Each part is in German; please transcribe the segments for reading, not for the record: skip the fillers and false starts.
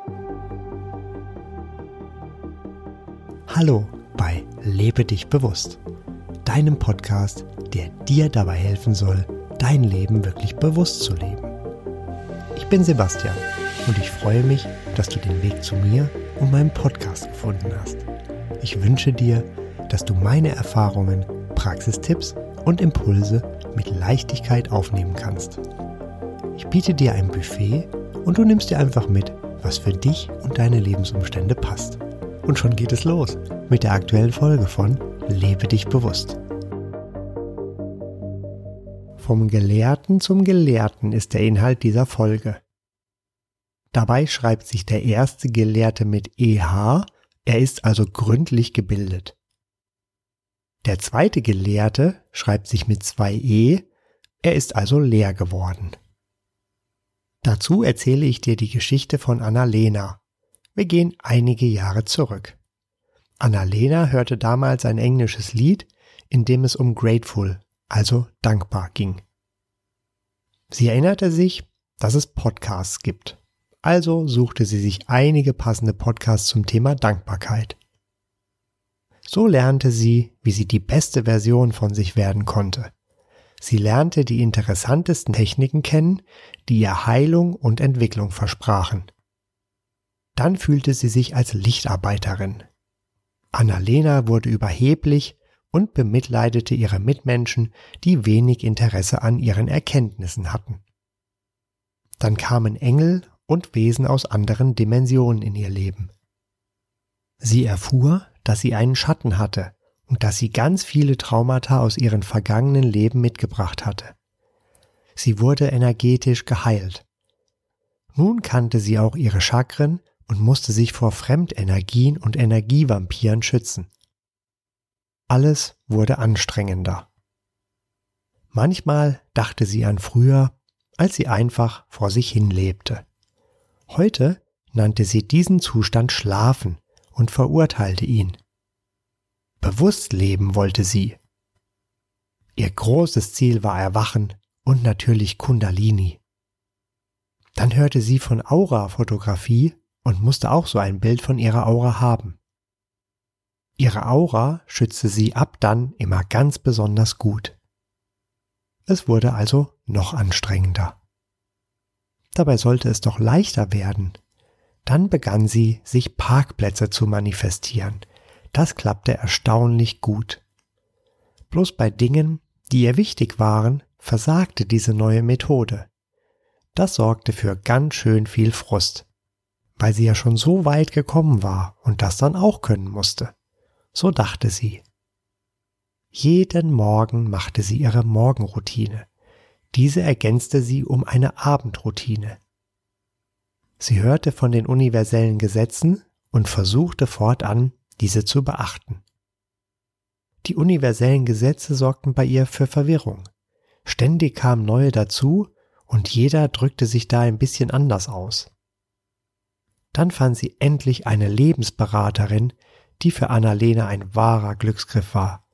Hallo bei Lebe dich bewusst, deinem Podcast, der dir dabei helfen soll, dein Leben wirklich bewusst zu leben. Ich bin Sebastian und ich freue mich, dass du den Weg zu mir und meinem Podcast gefunden hast. Ich wünsche dir, dass du meine Erfahrungen, Praxistipps und Impulse mit Leichtigkeit aufnehmen kannst. Ich biete dir ein Buffet und du nimmst dir einfach mit, was für dich und deine Lebensumstände passt. Und schon geht es los mit der aktuellen Folge von Lebe dich bewusst. Vom Gelehrten zum Gelehrten ist der Inhalt dieser Folge. Dabei schreibt sich der erste Gelehrte mit EH, er ist also gründlich gebildet. Der zweite Gelehrte schreibt sich mit 2E, er ist also leer geworden. Dazu erzähle ich dir die Geschichte von Anna-Lena. Wir gehen einige Jahre zurück. Anna-Lena hörte damals ein englisches Lied, in dem es um grateful, also dankbar ging. Sie erinnerte sich, dass es Podcasts gibt. Also suchte sie sich einige passende Podcasts zum Thema Dankbarkeit. So lernte sie, wie sie die beste Version von sich werden konnte. Sie lernte die interessantesten Techniken kennen, die ihr Heilung und Entwicklung versprachen. Dann fühlte sie sich als Lichtarbeiterin. Anna-Lena wurde überheblich und bemitleidete ihre Mitmenschen, die wenig Interesse an ihren Erkenntnissen hatten. Dann kamen Engel und Wesen aus anderen Dimensionen in ihr Leben. Sie erfuhr, dass sie einen Schatten hatte und dass sie ganz viele Traumata aus ihren vergangenen Leben mitgebracht hatte. Sie wurde energetisch geheilt. Nun kannte sie auch ihre Chakren und musste sich vor Fremdenergien und Energievampiren schützen. Alles wurde anstrengender. Manchmal dachte sie an früher, als sie einfach vor sich hin lebte. Heute nannte sie diesen Zustand Schlafen und verurteilte ihn. Bewusst leben wollte sie. Ihr großes Ziel war Erwachen und natürlich Kundalini. Dann hörte sie von Aura-Fotografie und musste auch so ein Bild von ihrer Aura haben. Ihre Aura schützte sie ab dann immer ganz besonders gut. Es wurde also noch anstrengender. Dabei sollte es doch leichter werden. Dann begann sie, sich Parkplätze zu manifestieren. Das klappte erstaunlich gut. Bloß bei Dingen, die ihr wichtig waren, versagte diese neue Methode. Das sorgte für ganz schön viel Frust, weil sie ja schon so weit gekommen war und das dann auch können musste. So dachte sie. Jeden Morgen machte sie ihre Morgenroutine. Diese ergänzte sie um eine Abendroutine. Sie hörte von den universellen Gesetzen und versuchte fortan, diese zu beachten. Die universellen Gesetze sorgten bei ihr für Verwirrung. Ständig kamen neue dazu und jeder drückte sich da ein bisschen anders aus. Dann fand sie endlich eine Lebensberaterin, die für Anna-Lena ein wahrer Glücksgriff war.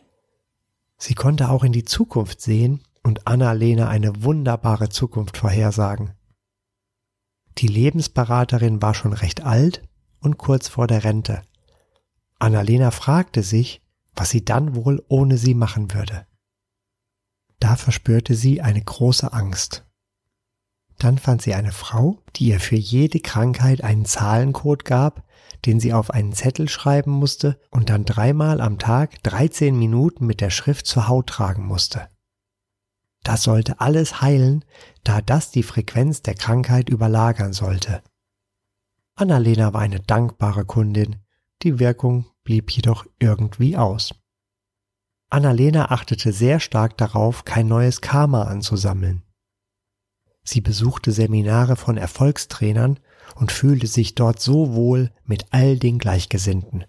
Sie konnte auch in die Zukunft sehen und Anna-Lena eine wunderbare Zukunft vorhersagen. Die Lebensberaterin war schon recht alt und kurz vor der Rente. Anna-Lena fragte sich, was sie dann wohl ohne sie machen würde. Da verspürte sie eine große Angst. Dann fand sie eine Frau, die ihr für jede Krankheit einen Zahlencode gab, den sie auf einen Zettel schreiben musste und dann 3-mal am Tag 13 Minuten mit der Schrift zur Haut tragen musste. Das sollte alles heilen, da das die Frequenz der Krankheit überlagern sollte. Anna-Lena war eine dankbare Kundin, die Wirkung blieb jedoch irgendwie aus. Anna-Lena achtete sehr stark darauf, kein neues Karma anzusammeln. Sie besuchte Seminare von Erfolgstrainern und fühlte sich dort so wohl mit all den Gleichgesinnten.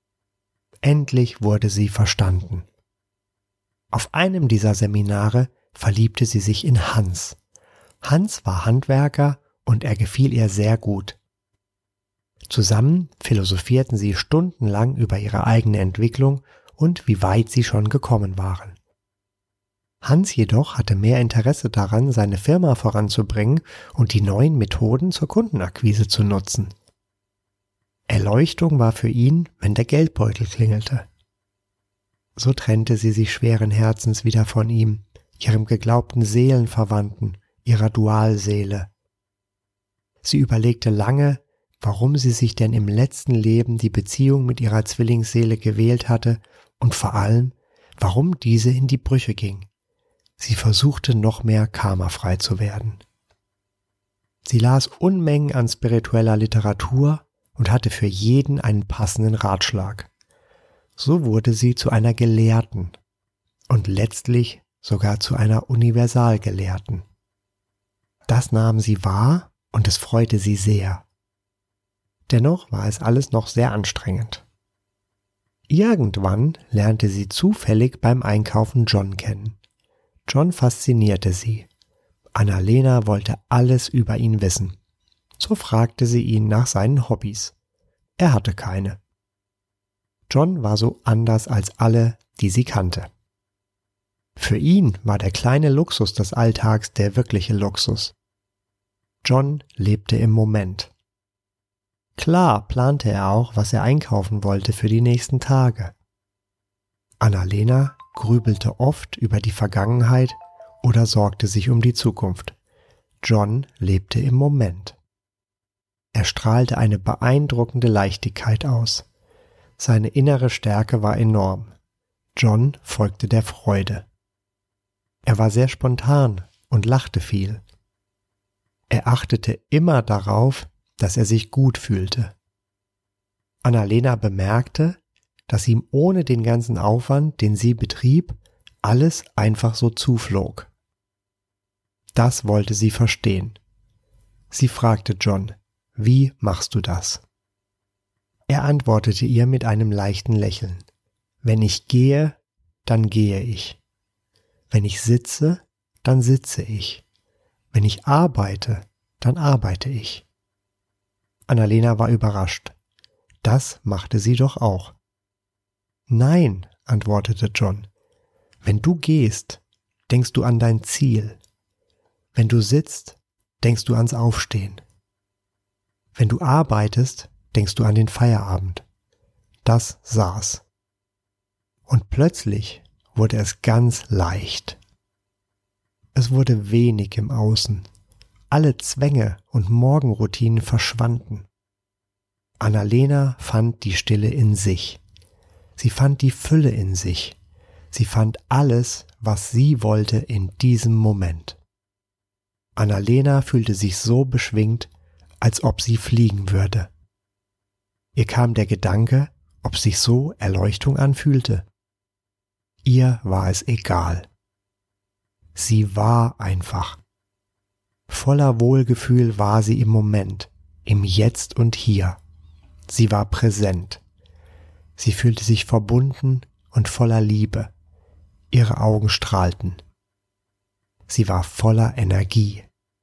Endlich wurde sie verstanden. Auf einem dieser Seminare verliebte sie sich in Hans. Hans war Handwerker und er gefiel ihr sehr gut. Zusammen philosophierten sie stundenlang über ihre eigene Entwicklung und wie weit sie schon gekommen waren. Hans jedoch hatte mehr Interesse daran, seine Firma voranzubringen und die neuen Methoden zur Kundenakquise zu nutzen. Erleuchtung war für ihn, wenn der Geldbeutel klingelte. So trennte sie sich schweren Herzens wieder von ihm, ihrem geglaubten Seelenverwandten, ihrer Dualseele. Sie überlegte lange, warum sie sich denn im letzten Leben die Beziehung mit ihrer Zwillingsseele gewählt hatte und vor allem, warum diese in die Brüche ging. Sie versuchte noch mehr karmafrei zu werden. Sie las Unmengen an spiritueller Literatur und hatte für jeden einen passenden Ratschlag. So wurde sie zu einer Gelehrten und letztlich sogar zu einer Universalgelehrten. Das nahm sie wahr und es freute sie sehr. Dennoch war es alles noch sehr anstrengend. Irgendwann lernte sie zufällig beim Einkaufen John kennen. John faszinierte sie. Anna-Lena wollte alles über ihn wissen. So fragte sie ihn nach seinen Hobbys. Er hatte keine. John war so anders als alle, die sie kannte. Für ihn war der kleine Luxus des Alltags der wirkliche Luxus. John lebte im Moment. Klar plante er auch, was er einkaufen wollte für die nächsten Tage. Anna-Lena grübelte oft über die Vergangenheit oder sorgte sich um die Zukunft. John lebte im Moment. Er strahlte eine beeindruckende Leichtigkeit aus. Seine innere Stärke war enorm. John folgte der Freude. Er war sehr spontan und lachte viel. Er achtete immer darauf, dass er sich gut fühlte. Anna-Lena bemerkte, dass ihm ohne den ganzen Aufwand, den sie betrieb, alles einfach so zuflog. Das wollte sie verstehen. Sie fragte John, wie machst du das? Er antwortete ihr mit einem leichten Lächeln. Wenn ich gehe, dann gehe ich. Wenn ich sitze, dann sitze ich. Wenn ich arbeite, dann arbeite ich. Anna-Lena war überrascht. Das machte sie doch auch. Nein, antwortete John. Wenn du gehst, denkst du an dein Ziel. Wenn du sitzt, denkst du ans Aufstehen. Wenn du arbeitest, denkst du an den Feierabend. Das saß. Und plötzlich wurde es ganz leicht. Es wurde wenig im Außen. Alle Zwänge und Morgenroutinen verschwanden. Anna-Lena fand die Stille in sich. Sie fand die Fülle in sich. Sie fand alles, was sie wollte in diesem Moment. Anna-Lena fühlte sich so beschwingt, als ob sie fliegen würde. Ihr kam der Gedanke, ob sich so Erleuchtung anfühlte. Ihr war es egal. Sie war einfach. Voller Wohlgefühl war sie im Moment, im Jetzt und Hier. Sie war präsent. Sie fühlte sich verbunden und voller Liebe. Ihre Augen strahlten. Sie war voller Energie.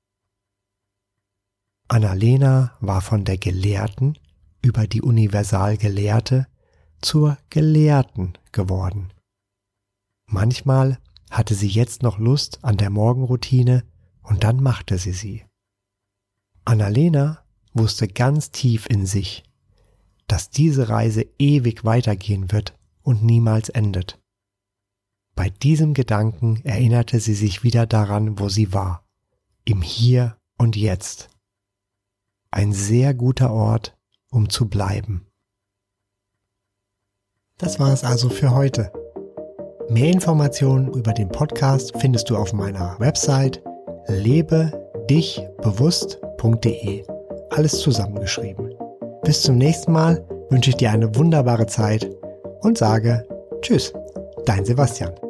Anna-Lena war von der Gelehrten über die Universalgelehrte zur Gelehrten geworden. Manchmal hatte sie jetzt noch Lust an der Morgenroutine und dann machte sie sie. Anna-Lena wusste ganz tief in sich, dass diese Reise ewig weitergehen wird und niemals endet. Bei diesem Gedanken erinnerte sie sich wieder daran, wo sie war, im Hier und Jetzt. Ein sehr guter Ort, um zu bleiben. Das war es also für heute. Mehr Informationen über den Podcast findest du auf meiner Website lebedichbewusst.de. Alles zusammengeschrieben. Bis zum nächsten Mal wünsche ich dir eine wunderbare Zeit und sage Tschüss, dein Sebastian.